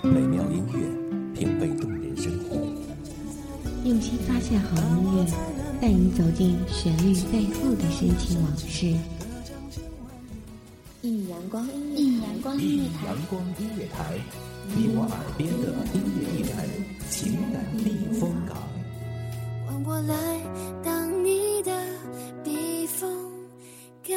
美妙音乐，品味动人生活。 用心发现好音乐，带你走进旋律背后的深情往事。 一米阳光音乐台，你我耳边的音乐驿站，情感避风港。 换我来当你的避风港。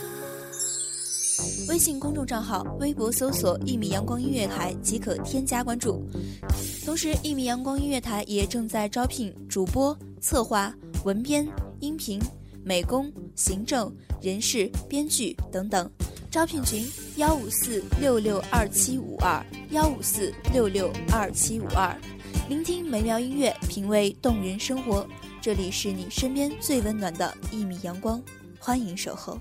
微信公众账号、微博搜索“一米阳光音乐台”即可添加关注。同时，一米阳光音乐台也正在招聘主播、策划、文编、音频、美工、行政、人事、编剧等等。招聘群154662752，154662752。聆听美妙音乐，品味动人生活。这里是你身边最温暖的一米阳光，欢迎守候。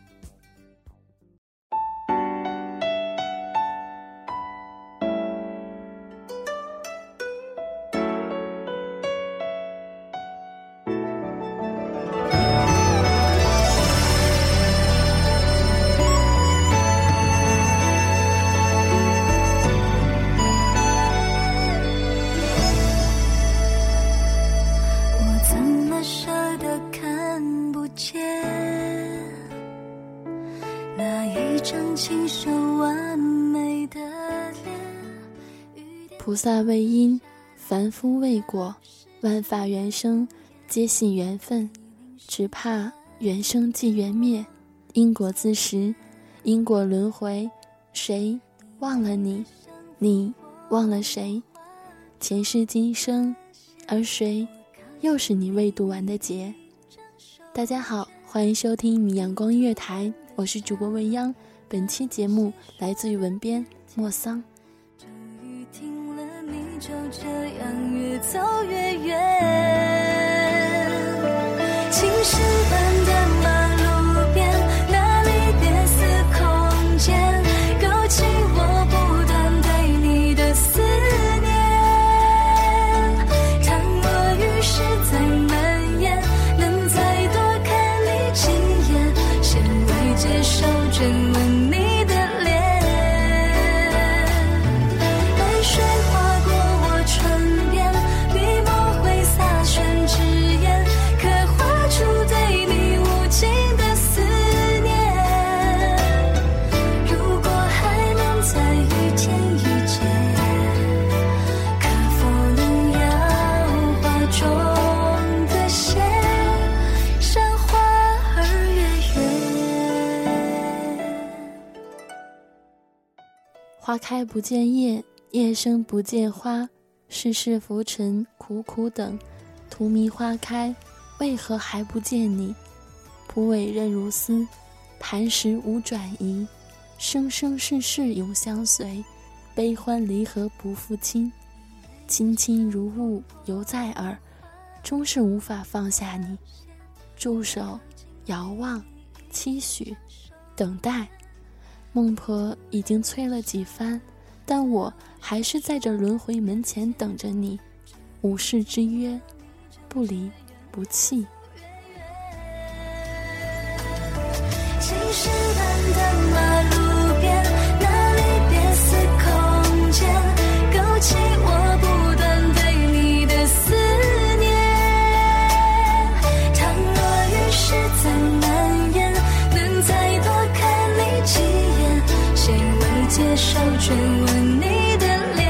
菩萨为因，凡夫为果，万法缘生，皆系缘分，只怕缘生即缘灭，因果自食，因果轮回，谁忘了你，你忘了谁？前世今生，而谁又是你未读完的劫？大家好，欢迎收听一米阳光音乐台，我是主播未央。本期节目来自于文编莫桑。 就这样越走越远，青石板的马路边，那里别似空间，勾起我不断对你的思念。倘若雨势再蔓延，能再多看你几眼，先未接受追问你的脸，泪水划过唇边，笔墨挥洒宣纸砚，刻画出对你无尽的思念。如果还能再遇见一见，可否能摇画中的线，像花儿月圆。 花开不见叶，叶生不见花，世事浮沉，苦苦等，荼蘼花开，为何还不见你？蒲苇韧如丝，磐石无转移，生生世世永相随，悲欢离合不负亲，亲亲如雾犹在耳，终是无法放下你。驻守，遥望，期许，等待，孟婆已经催了几番，但我还是在这轮回门前等着你，五世之约，不离不弃。 青石板的马路边，那里别似空间，勾起我不断对你的思念。倘若雨势再蔓延，能再多看你几眼，谁未接受追问你的脸，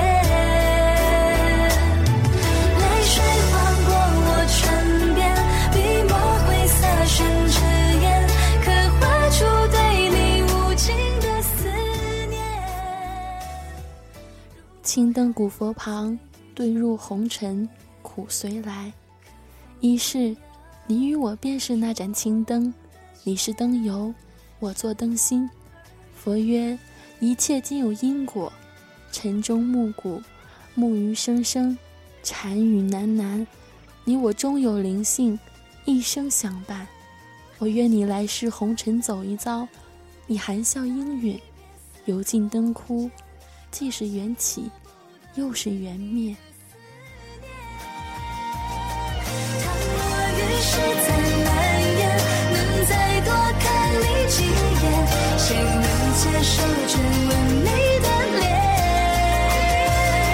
泪水划过我唇边，笔墨挥洒宣纸砚，刻画出对你无尽的思念。 青灯古佛旁，遁入红尘，苦随来。一是你与我便是那盏青灯，你是灯油，我做灯芯。佛曰一切皆有因果，尘中暮鼓，木鱼声声，禅语喃喃，你我终有灵性，一生相伴。我约你来世红尘走一遭，你含笑应允，油尽灯枯，既是缘起，又是缘灭。 倘若雨势再蔓延，能再多看你几眼，谁能接受追问你的脸？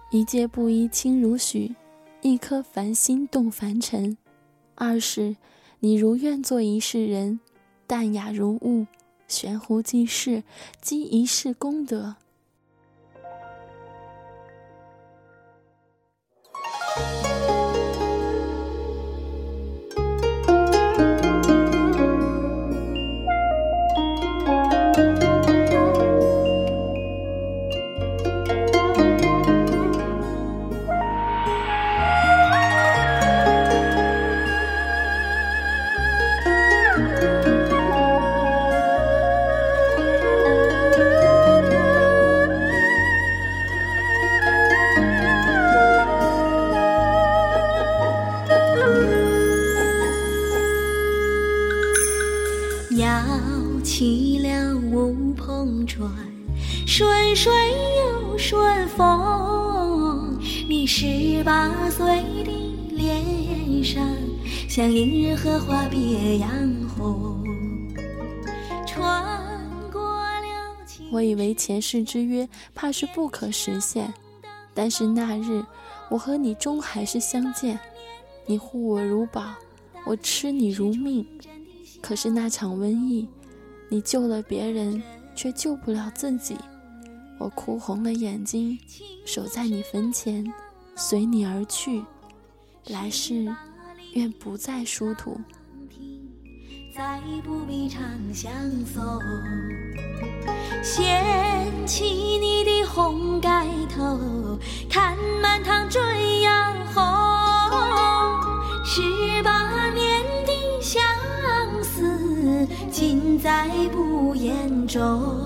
一介布衣轻如许，一颗凡心动凡尘。二是你如愿做一世人，淡雅如雾，悬壶济世，积一世功德。 起了乌篷船，顺水又顺风。你18岁的脸上，像迎日荷花别样红。穿过了我以为前世之约怕是不可实现，但是那日我和你终还是相见。你护我如宝，我吃你如命。可是那场瘟疫，你救了别人，却救不了自己。我哭红了眼睛，守在你坟前，随你而去。来世愿不再殊途， 再不必常相送。掀起你的红盖头，看满堂坠阳红。18年的相思，尽在不言中。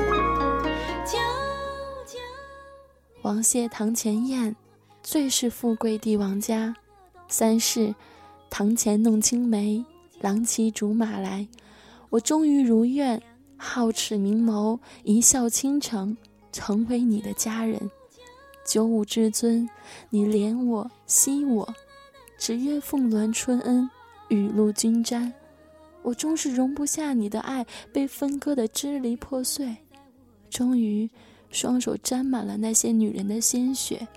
王谢堂前燕，最是富贵帝王家。3是堂前弄青梅，郎骑竹马来。我终于如愿，皓齿明眸，一笑倾城，成为你的家人。95至尊，你怜我惜我，只愿凤鸾春恩，雨露均沾。我终是容不下你的爱被分割得支离破碎，终于双手沾满了那些女人的鲜血。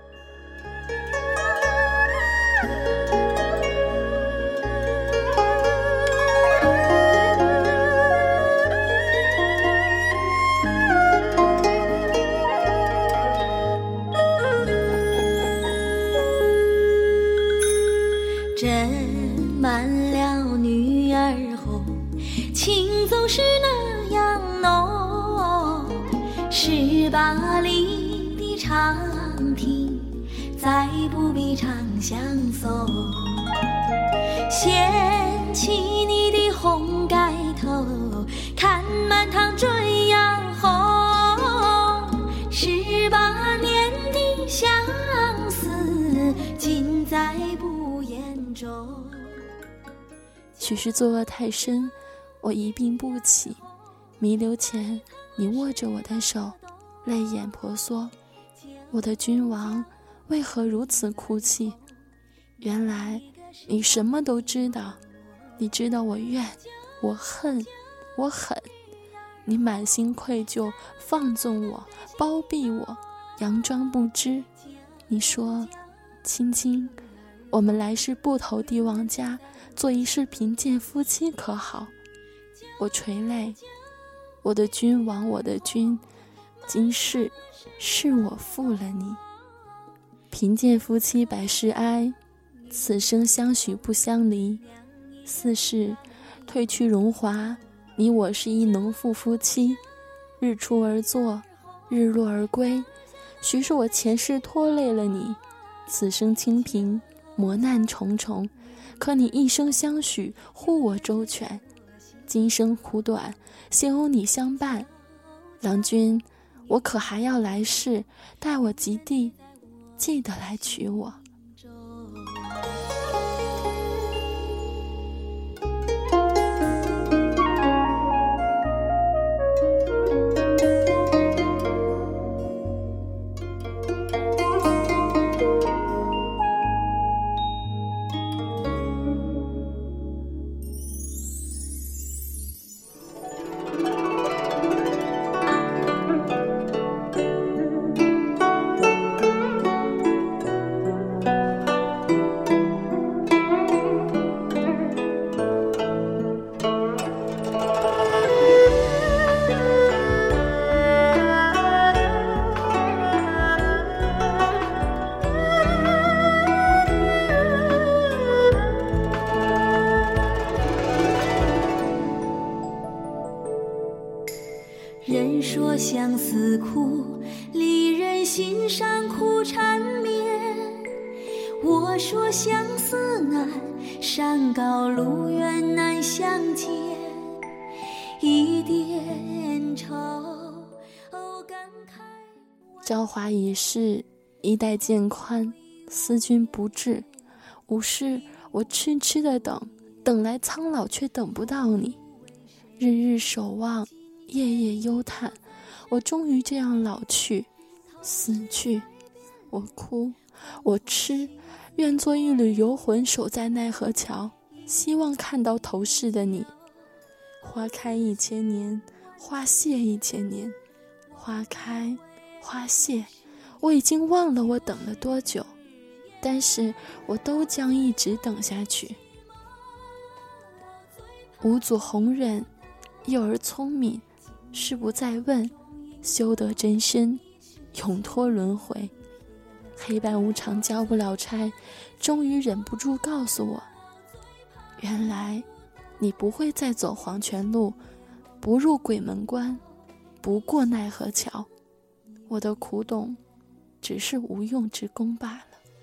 斟满了女儿红，情总是那样浓。18里的长亭，再不必常相送。掀起你的红盖头，看满堂坠阳红。18年的相思，尽在不言中。 许是作恶太深，我一病不起。弥留前，你握着我的手，泪眼婆娑。我的君王，为何如此哭泣？原来你什么都知道，你知道我怨，我恨，我狠。你满心愧疚，放纵我，包庇我，佯装不知。你说，青青，我们来世不投帝王家，做一世贫贱夫妻可好？我垂泪，我的君王，我的君，今世是我负了你。贫贱夫妻百事哀，此生相许不相离。4是褪去荣华，你我是一农妇夫妻，日出而作，日落而归。许是我前世拖累了你，此生清贫，磨难重重。可你一生相许，护我周全。今生苦短，幸有你相伴。郎君，我可还要来世，待我及第，记得来娶我。 心上苦缠绵。我说相思难，山高路远难相见，一点愁感慨。 朝华已逝，衣带渐宽，思君不至。无事我痴痴的等，等来苍老却等不到你。日日守望，夜夜忧叹，我终于这样老去死去。我哭我痴，愿做一缕游魂，守在奈何桥，希望看到头饰的你。花开1000年，花谢1000年，花开花谢，我已经忘了我等了多久，但是我都将一直等下去。无阻弘忍，幼儿聪明，是不再问，修得真身，永脱轮回。黑白无常交不了差，终于忍不住告诉我，原来你不会再走黄泉路，不入鬼门关，不过奈何桥。我的苦懂只是无用之功罢了。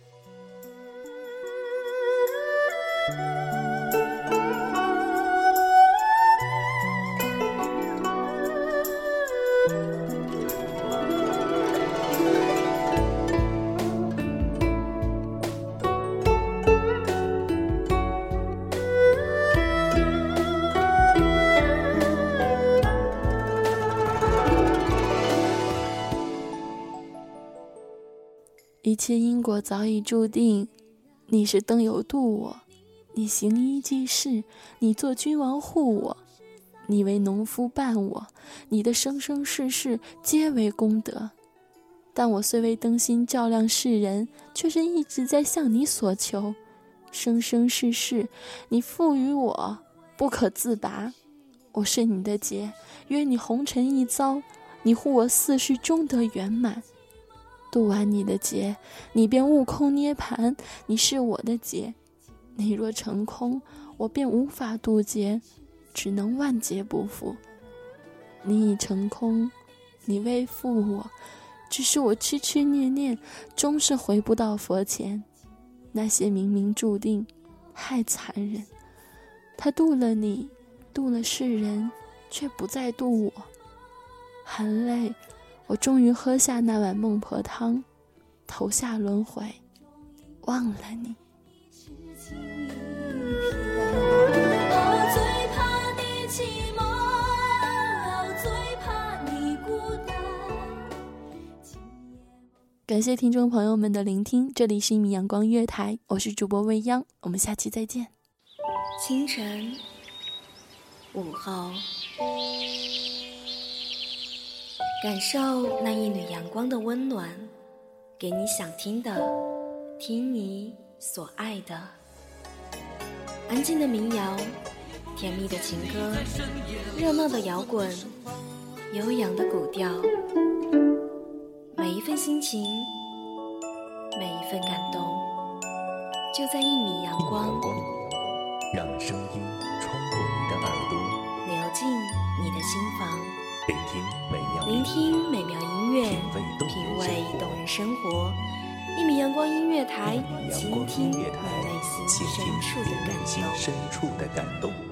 一切因果早已注定，你是灯油渡我，你行医济世，你做君王护我，你为农夫伴我，你的生生世世皆为功德。但我虽为灯芯照亮世人，却是一直在向你所求，生生世世你赋予我，不可自拔。我是你的劫，约你红尘一遭，你护我4世终得圆满。渡完你的劫，你便悟空涅盘，你是我的劫。你若成空，我便无法渡劫，只能万劫不复。你已成空，你未负我，只是我痴痴念念，终是回不到佛前。那些冥冥注定，太残忍。他渡了你，渡了世人，却不再渡我。含泪，我终于喝下那碗孟婆汤，投下轮回，忘了你。 最怕你寂寞，最怕你孤单。 感谢听众朋友们的聆听，这里是1米阳光月台，我是主播未央，我们下期再见。 清晨，午后，感受那一缕阳光的温暖，给你想听的，听你所爱的。安静的民谣，甜蜜的情歌，热闹的摇滚，悠扬的古调，每一份心情，每一份感动，就在1米阳光， 让声音穿过你的耳朵， 流进你的心房， 聆听美妙音乐，品味动人生活。1米阳光音乐台，倾听你内心深处的感动。